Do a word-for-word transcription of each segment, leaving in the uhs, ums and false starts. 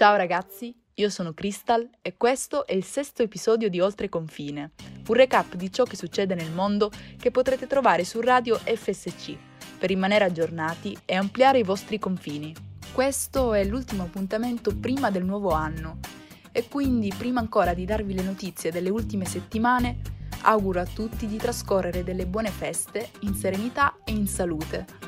Ciao ragazzi, io sono Crystal e questo è il sesto episodio di Oltre Confine, un recap di ciò che succede nel mondo che potrete trovare su Radio F S C per rimanere aggiornati e ampliare i vostri confini. Questo è l'ultimo appuntamento prima del nuovo anno e quindi prima ancora di darvi le notizie delle ultime settimane, auguro a tutti di trascorrere delle buone feste in serenità e in salute.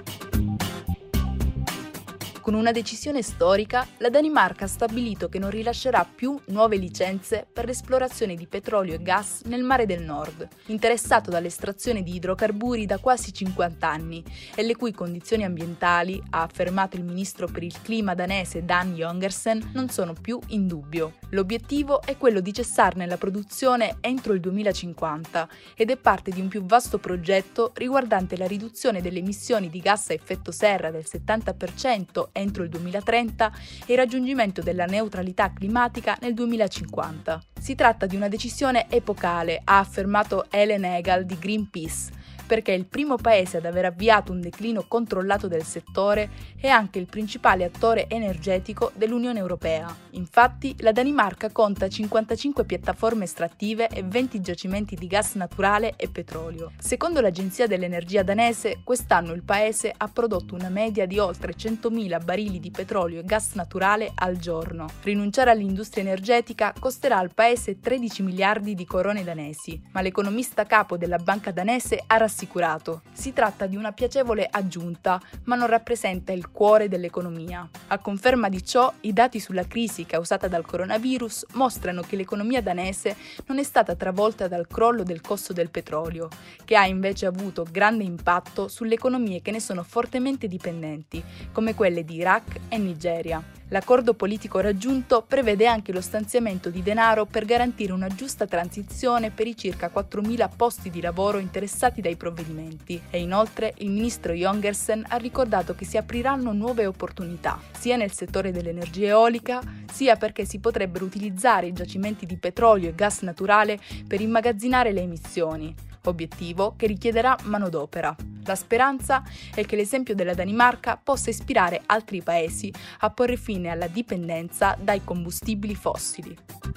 Con una decisione storica, la Danimarca ha stabilito che non rilascerà più nuove licenze per l'esplorazione di petrolio e gas nel Mare del Nord, interessato dall'estrazione di idrocarburi da quasi cinquanta anni e le cui condizioni ambientali, ha affermato il ministro per il clima danese Dan Jørgensen, non sono più in dubbio. L'obiettivo è quello di cessarne la produzione entro il duemilacinquanta ed è parte di un più vasto progetto riguardante la riduzione delle emissioni di gas a effetto serra del settanta per cento entro il duemilatrenta e il raggiungimento della neutralità climatica nel duemilacinquanta. Si tratta di una decisione epocale, ha affermato Ellen Egal di Greenpeace, perché è il primo paese ad aver avviato un declino controllato del settore e anche il principale attore energetico dell'Unione Europea. Infatti, la Danimarca conta cinquantacinque piattaforme estrattive e venti giacimenti di gas naturale e petrolio. Secondo l'Agenzia dell'Energia danese, quest'anno il paese ha prodotto una media di oltre centomila barili di petrolio e gas naturale al giorno. Rinunciare all'industria energetica costerà al paese tredici miliardi di corone danesi, ma l'economista capo della banca danese ha rassicurato assicurato. Si tratta di una piacevole aggiunta, ma non rappresenta il cuore dell'economia. A conferma di ciò, i dati sulla crisi causata dal coronavirus mostrano che l'economia danese non è stata travolta dal crollo del costo del petrolio, che ha invece avuto grande impatto sulle economie che ne sono fortemente dipendenti, come quelle di Iraq e Nigeria. L'accordo politico raggiunto prevede anche lo stanziamento di denaro per garantire una giusta transizione per i circa quattromila posti di lavoro interessati dai provvedimenti e inoltre il ministro Jørgensen ha ricordato che si apriranno nuove opportunità, sia nel settore dell'energia eolica, sia perché si potrebbero utilizzare i giacimenti di petrolio e gas naturale per immagazzinare le emissioni, obiettivo che richiederà manodopera. La speranza è che l'esempio della Danimarca possa ispirare altri paesi a porre fine alla dipendenza dai combustibili fossili.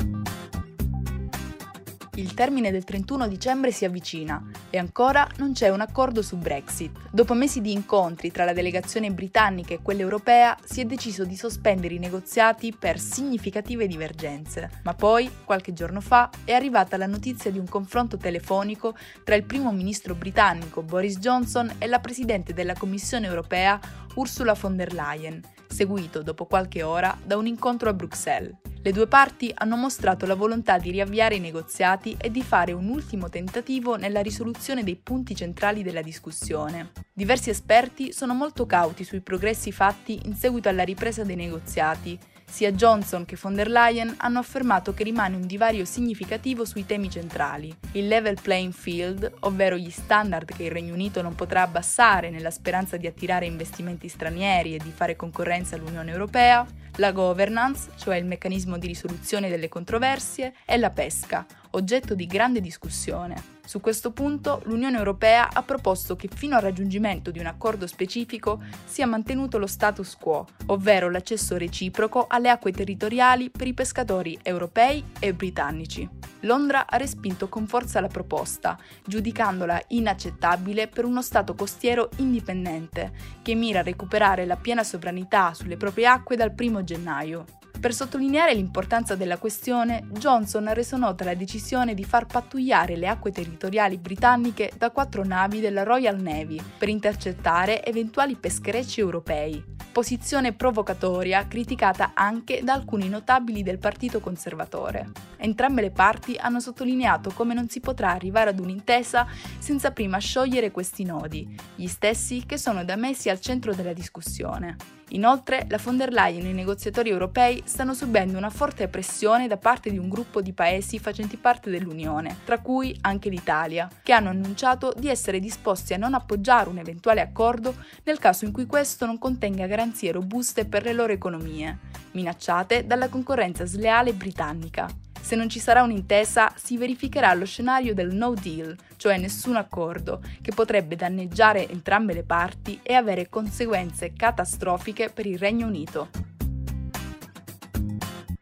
Il termine del trentuno dicembre si avvicina e ancora non c'è un accordo su Brexit. Dopo mesi di incontri tra la delegazione britannica e quella europea, si è deciso di sospendere i negoziati per significative divergenze. Ma poi, qualche giorno fa, è arrivata la notizia di un confronto telefonico tra il primo ministro britannico Boris Johnson e la presidente della Commissione europea Ursula von der Leyen, seguito dopo qualche ora da un incontro a Bruxelles. Le due parti hanno mostrato la volontà di riavviare i negoziati e di fare un ultimo tentativo nella risoluzione dei punti centrali della discussione. Diversi esperti sono molto cauti sui progressi fatti in seguito alla ripresa dei negoziati. Sia Johnson che von der Leyen hanno affermato che rimane un divario significativo sui temi centrali. Il level playing field, ovvero gli standard che il Regno Unito non potrà abbassare nella speranza di attirare investimenti stranieri e di fare concorrenza all'Unione Europea, la governance, cioè il meccanismo di risoluzione delle controversie, e la pesca, oggetto di grande discussione. Su questo punto l'Unione Europea ha proposto che fino al raggiungimento di un accordo specifico sia mantenuto lo status quo, ovvero l'accesso reciproco alle acque territoriali per i pescatori europei e britannici. Londra ha respinto con forza la proposta, giudicandola inaccettabile per uno Stato costiero indipendente, che mira a recuperare la piena sovranità sulle proprie acque dal primo gennaio. Per sottolineare l'importanza della questione, Johnson ha reso nota la decisione di far pattugliare le acque territoriali britanniche da quattro navi della Royal Navy per intercettare eventuali pescherecci europei. Posizione provocatoria criticata anche da alcuni notabili del Partito Conservatore. Entrambe le parti hanno sottolineato come non si potrà arrivare ad un'intesa senza prima sciogliere questi nodi, gli stessi che sono da mesi al centro della discussione. Inoltre, la von der Leyen e i negoziatori europei stanno subendo una forte pressione da parte di un gruppo di paesi facenti parte dell'Unione, tra cui anche l'Italia, che hanno annunciato di essere disposti a non appoggiare un eventuale accordo nel caso in cui questo non contenga garanzie robuste per le loro economie, minacciate dalla concorrenza sleale britannica. Se non ci sarà un'intesa, si verificherà lo scenario del no deal, cioè nessun accordo, che potrebbe danneggiare entrambe le parti e avere conseguenze catastrofiche per il Regno Unito.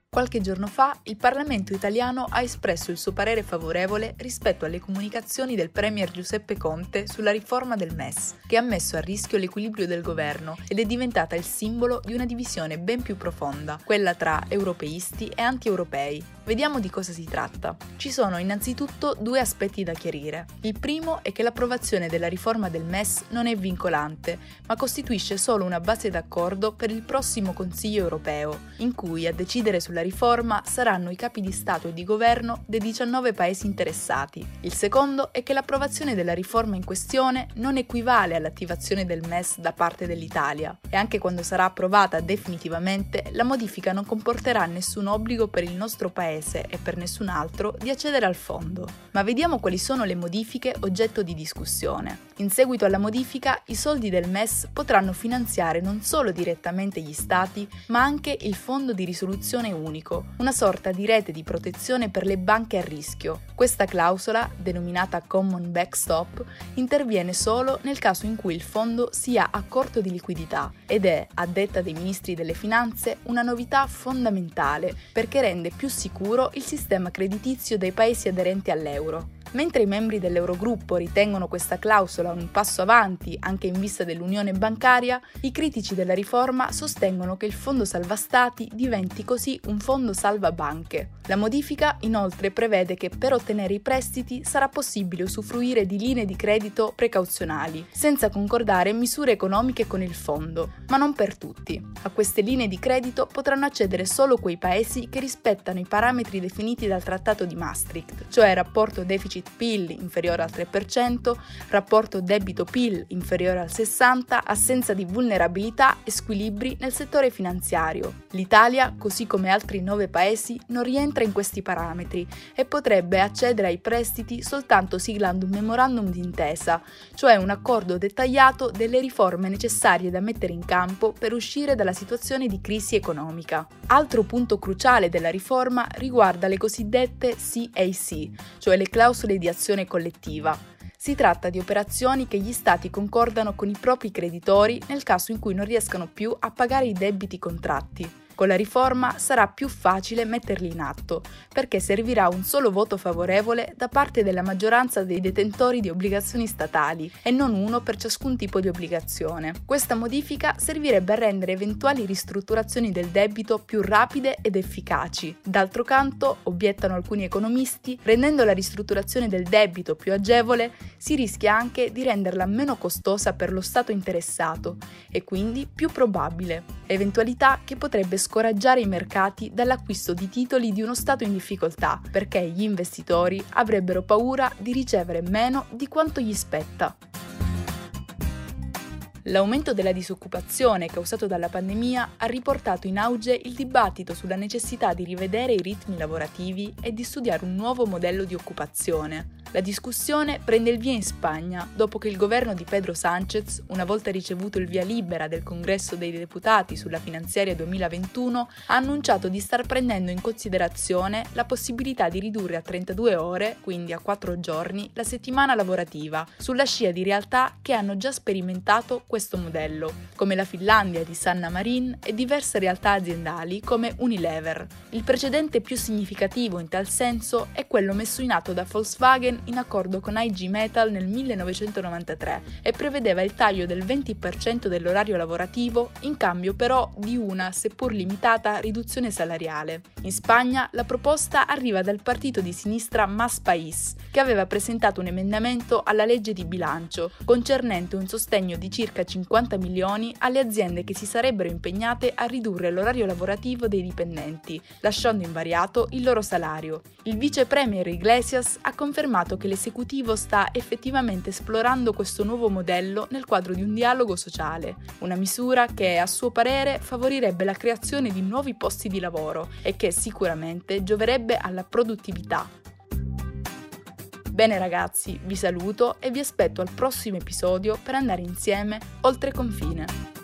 Qualche giorno fa il Parlamento italiano ha espresso il suo parere favorevole rispetto alle comunicazioni del Premier Giuseppe Conte sulla riforma del M E S, che ha messo a rischio l'equilibrio del governo ed è diventata il simbolo di una divisione ben più profonda, quella tra europeisti e anti-europei. Vediamo di cosa si tratta. Ci sono innanzitutto due aspetti da chiarire. Il primo è che l'approvazione della riforma del M E S non è vincolante, ma costituisce solo una base d'accordo per il prossimo Consiglio europeo, in cui a decidere sulla riforma saranno i capi di Stato e di governo dei diciannove paesi interessati. Il secondo è che l'approvazione della riforma in questione non equivale all'attivazione del M E S da parte dell'Italia e anche quando sarà approvata definitivamente la modifica non comporterà nessun obbligo per il nostro paese e per nessun altro di accedere al fondo. Ma vediamo quali sono le modifiche oggetto di discussione. In seguito alla modifica, i soldi del M E S potranno finanziare non solo direttamente gli Stati, ma anche il Fondo di risoluzione unico, una sorta di rete di protezione per le banche a rischio. Questa clausola, denominata Common Backstop, interviene solo nel caso in cui il fondo sia a corto di liquidità ed è, a detta dei ministri delle finanze, una novità fondamentale perché rende più sicuro il sistema creditizio dei paesi aderenti all'euro. Mentre i membri dell'Eurogruppo ritengono questa clausola un passo avanti anche in vista dell'unione bancaria, i critici della riforma sostengono che il fondo salva stati diventi così un fondo salva banche. La modifica inoltre prevede che per ottenere i prestiti sarà possibile usufruire di linee di credito precauzionali, senza concordare misure economiche con il fondo, ma non per tutti. A queste linee di credito potranno accedere solo quei paesi che rispettano i parametri definiti dal Trattato di Maastricht, cioè rapporto deficit P I L inferiore al tre per cento, rapporto debito-P I L inferiore al sessanta per cento, assenza di vulnerabilità e squilibri nel settore finanziario. L'Italia, così come altri nove paesi, non rientra in questi parametri e potrebbe accedere ai prestiti soltanto siglando un memorandum d'intesa, cioè un accordo dettagliato delle riforme necessarie da mettere in campo per uscire dalla situazione di crisi economica. Altro punto cruciale della riforma riguarda le cosiddette C A C, cioè le clausole di azione collettiva. Si tratta di operazioni che gli Stati concordano con i propri creditori nel caso in cui non riescano più a pagare i debiti contratti. Con la riforma sarà più facile metterli in atto, perché servirà un solo voto favorevole da parte della maggioranza dei detentori di obbligazioni statali e non uno per ciascun tipo di obbligazione. Questa modifica servirebbe a rendere eventuali ristrutturazioni del debito più rapide ed efficaci. D'altro canto, obiettano alcuni economisti, rendendo la ristrutturazione del debito più agevole, si rischia anche di renderla meno costosa per lo Stato interessato e quindi più probabile, eventualità che potrebbe scoraggiare i mercati dall'acquisto di titoli di uno Stato in difficoltà, perché gli investitori avrebbero paura di ricevere meno di quanto gli spetta. L'aumento della disoccupazione causato dalla pandemia ha riportato in auge il dibattito sulla necessità di rivedere i ritmi lavorativi e di studiare un nuovo modello di occupazione. La discussione prende il via in Spagna dopo che il governo di Pedro Sánchez, una volta ricevuto il via libera del Congresso dei Deputati sulla finanziaria duemilaventuno, ha annunciato di star prendendo in considerazione la possibilità di ridurre a trentadue ore, quindi a quattro giorni, la settimana lavorativa, sulla scia di realtà che hanno già sperimentato questo modello, come la Finlandia di Sanna Marin e diverse realtà aziendali come Unilever. Il precedente più significativo in tal senso è quello messo in atto da Volkswagen in accordo con I G Metal nel millenovecentonovantatré e prevedeva il taglio del venti per cento dell'orario lavorativo in cambio però di una, seppur limitata, riduzione salariale. In Spagna la proposta arriva dal partito di sinistra Más País, che aveva presentato un emendamento alla legge di bilancio concernente un sostegno di circa cinquanta milioni alle aziende che si sarebbero impegnate a ridurre l'orario lavorativo dei dipendenti, lasciando invariato il loro salario. Il vice premier Iglesias ha confermato che l'esecutivo sta effettivamente esplorando questo nuovo modello nel quadro di un dialogo sociale, una misura che a suo parere favorirebbe la creazione di nuovi posti di lavoro e che sicuramente gioverebbe alla produttività. Bene ragazzi, vi saluto e vi aspetto al prossimo episodio per andare insieme oltre confine.